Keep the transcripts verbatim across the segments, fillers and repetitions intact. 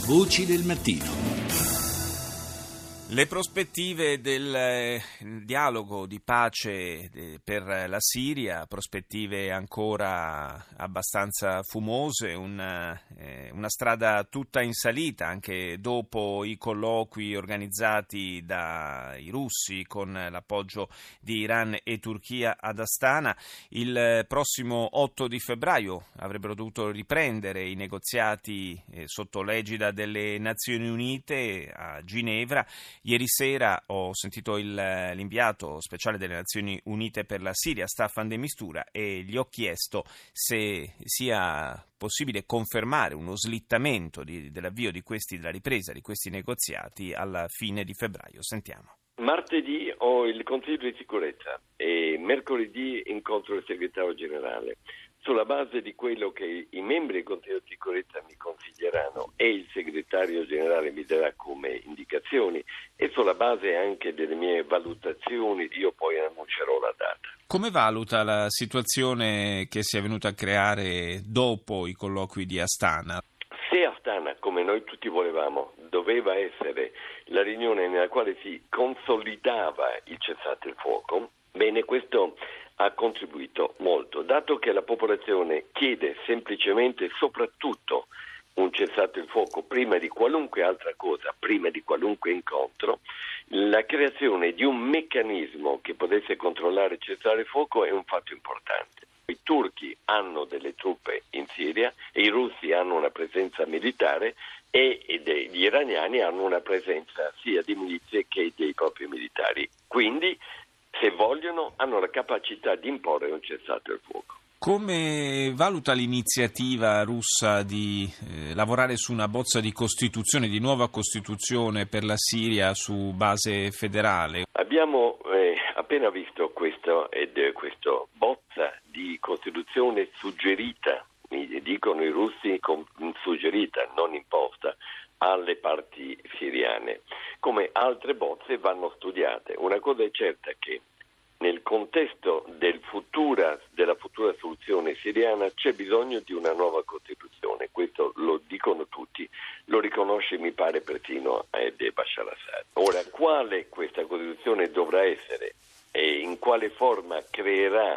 Voci del mattino. Le prospettive del eh, dialogo di pace eh, per la Siria, prospettive ancora abbastanza fumose, una, eh, una strada tutta in salita anche dopo i colloqui organizzati dai russi con l'appoggio di Iran e Turchia ad Astana. Il prossimo otto di febbraio avrebbero dovuto riprendere i negoziati eh, sotto l'egida delle Nazioni Unite a Ginevra. Ieri sera ho sentito il, l'inviato speciale delle Nazioni Unite per la Siria, Staffan de Mistura, e gli ho chiesto se sia possibile confermare uno slittamento di, dell'avvio di questi, della ripresa di questi negoziati alla fine di febbraio. Sentiamo. Martedì ho il Consiglio di sicurezza e mercoledì incontro il segretario generale. Sulla base di quello che i membri del Consiglio di sicurezza mi consiglieranno e il segretario generale mi darà come indicazioni, e sulla base anche delle mie valutazioni io poi annuncerò la data. Come valuta la situazione che si è venuta a creare dopo i colloqui di Astana? Se Astana, come noi tutti volevamo, doveva essere la riunione nella quale si consolidava il cessate il fuoco, bene, questo ha contribuito molto, dato che la popolazione chiede semplicemente e soprattutto un cessate il fuoco prima di qualunque altra cosa, prima di qualunque incontro. La creazione di un meccanismo che potesse controllare il cessate il fuoco è un fatto importante. I turchi hanno delle truppe in Siria e i russi hanno una presenza militare e gli iraniani hanno una presenza sia di milizie che dei propri militari. Quindi, se vogliono, hanno la capacità di imporre un cessate il fuoco. Come valuta l'iniziativa russa di eh, lavorare su una bozza di Costituzione, di nuova Costituzione per la Siria su base federale? Abbiamo eh, appena visto questo, ed, eh, questo bozza di Costituzione suggerita, mi dicono i russi con, suggerita, non imposta, alle parti siriane. Come altre bozze vanno studiate. Una cosa è certa, che nel contesto del futura, della futura soluzione siriana c'è bisogno di una nuova Costituzione, questo lo dicono tutti, lo riconosce mi pare persino eh, Bashar Assad. Ora, quale questa Costituzione dovrà essere e in quale forma creerà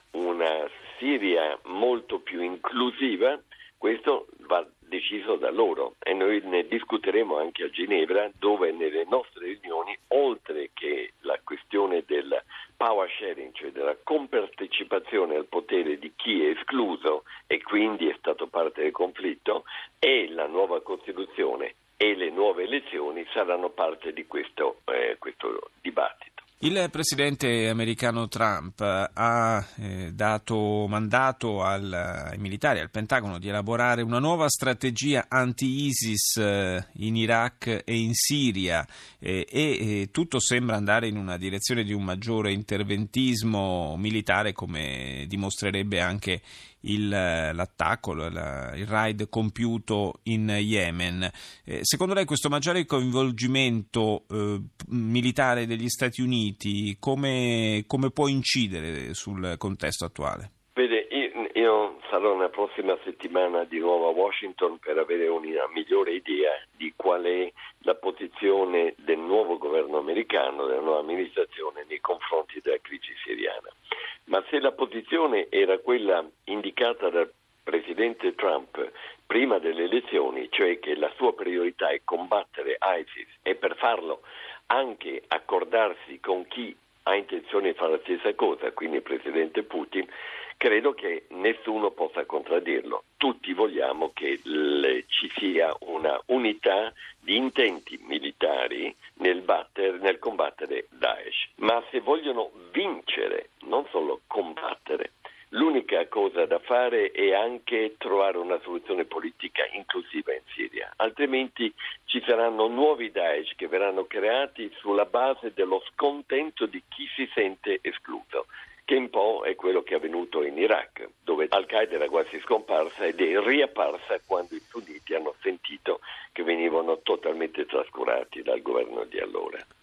una Siria molto più inclusiva, questo va deciso da loro e noi ne discuteremo anche a Ginevra, dove nelle nostre riunioni, oltre che la questione del power sharing, cioè della compartecipazione al potere di chi è escluso e quindi è stato parte del conflitto, e la nuova Costituzione e le nuove elezioni saranno parte di questo, eh, questo dibattito. Il presidente americano Trump ha eh, dato mandato al, ai militari, al Pentagono, di elaborare una nuova strategia anti-ISIS eh, in Iraq e in Siria eh, e eh, tutto sembra andare in una direzione di un maggiore interventismo militare, come dimostrerebbe anche il, l'attacco, il, il raid compiuto in Yemen. Eh, secondo lei questo maggiore coinvolgimento eh, militare degli Stati Uniti come, come può incidere sul contesto attuale? Vede, io, io sarò la prossima settimana di nuovo a Washington per avere una migliore idea di qual è la posizione del nuovo governo americano, della nuova amministrazione nei confronti della crisi siriana. Ma se la posizione era quella indicata dal presidente Trump prima delle elezioni, cioè che la sua priorità è combattere ISIS e per farlo anche accordarsi con chi ha intenzione di fare la stessa cosa, quindi il presidente Putin, credo che nessuno possa contraddirlo. Tutti vogliamo che le, ci sia una unità di intenti militari nel, batter, nel combattere Daesh. Ma se vogliono vincere, non solo combattere, l'unica cosa da fare è anche trovare una soluzione politica inclusiva in Siria, altrimenti ci saranno nuovi Daesh che verranno creati sulla base dello scontento di chi si sente escluso, che un po' è quello che è avvenuto in Iraq, dove Al-Qaeda era quasi scomparsa ed è riapparsa quando i sunniti hanno sentito che venivano totalmente trascurati dal governo di allora.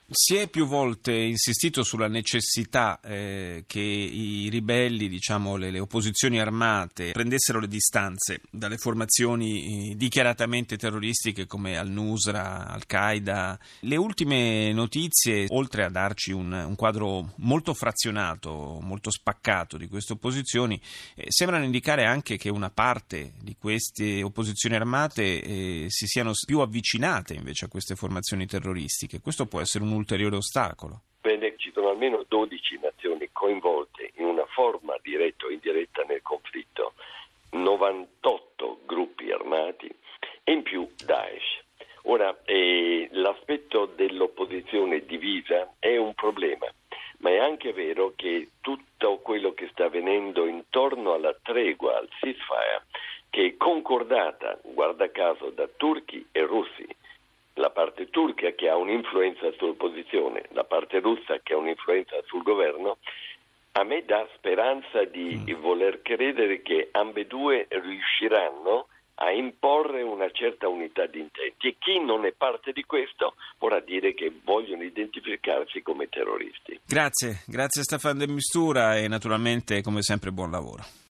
Si è più volte insistito sulla necessità eh, che i ribelli, diciamo le, le opposizioni armate, prendessero le distanze dalle formazioni eh, dichiaratamente terroristiche come Al-Nusra, Al-Qaeda. Le ultime notizie, oltre a darci un, un quadro molto frazionato, molto spaccato di queste opposizioni, eh, sembrano indicare anche che una parte di queste opposizioni armate eh, si siano più avvicinate invece a queste formazioni terroristiche. Questo può essere un ulteriore ostacolo. Bene, ci sono almeno dodici nazioni coinvolte in una forma diretta o indiretta nel conflitto, novantotto gruppi armati e in più Daesh. Ora, eh, l'aspetto dell'opposizione divisa è un problema, ma è anche vero che tutto quello che sta avvenendo intorno alla tregua, al ceasefire, che è concordata, guarda caso, da turchi e russi, la parte turca che ha un'influenza sull'opposizione, la parte russa che ha un'influenza sul governo, a me dà speranza di mm. voler credere che ambedue riusciranno a imporre una certa unità di intenti, e chi non è parte di questo vorrà dire che vogliono identificarsi come terroristi. Grazie, grazie Staffan de Mistura e naturalmente come sempre buon lavoro.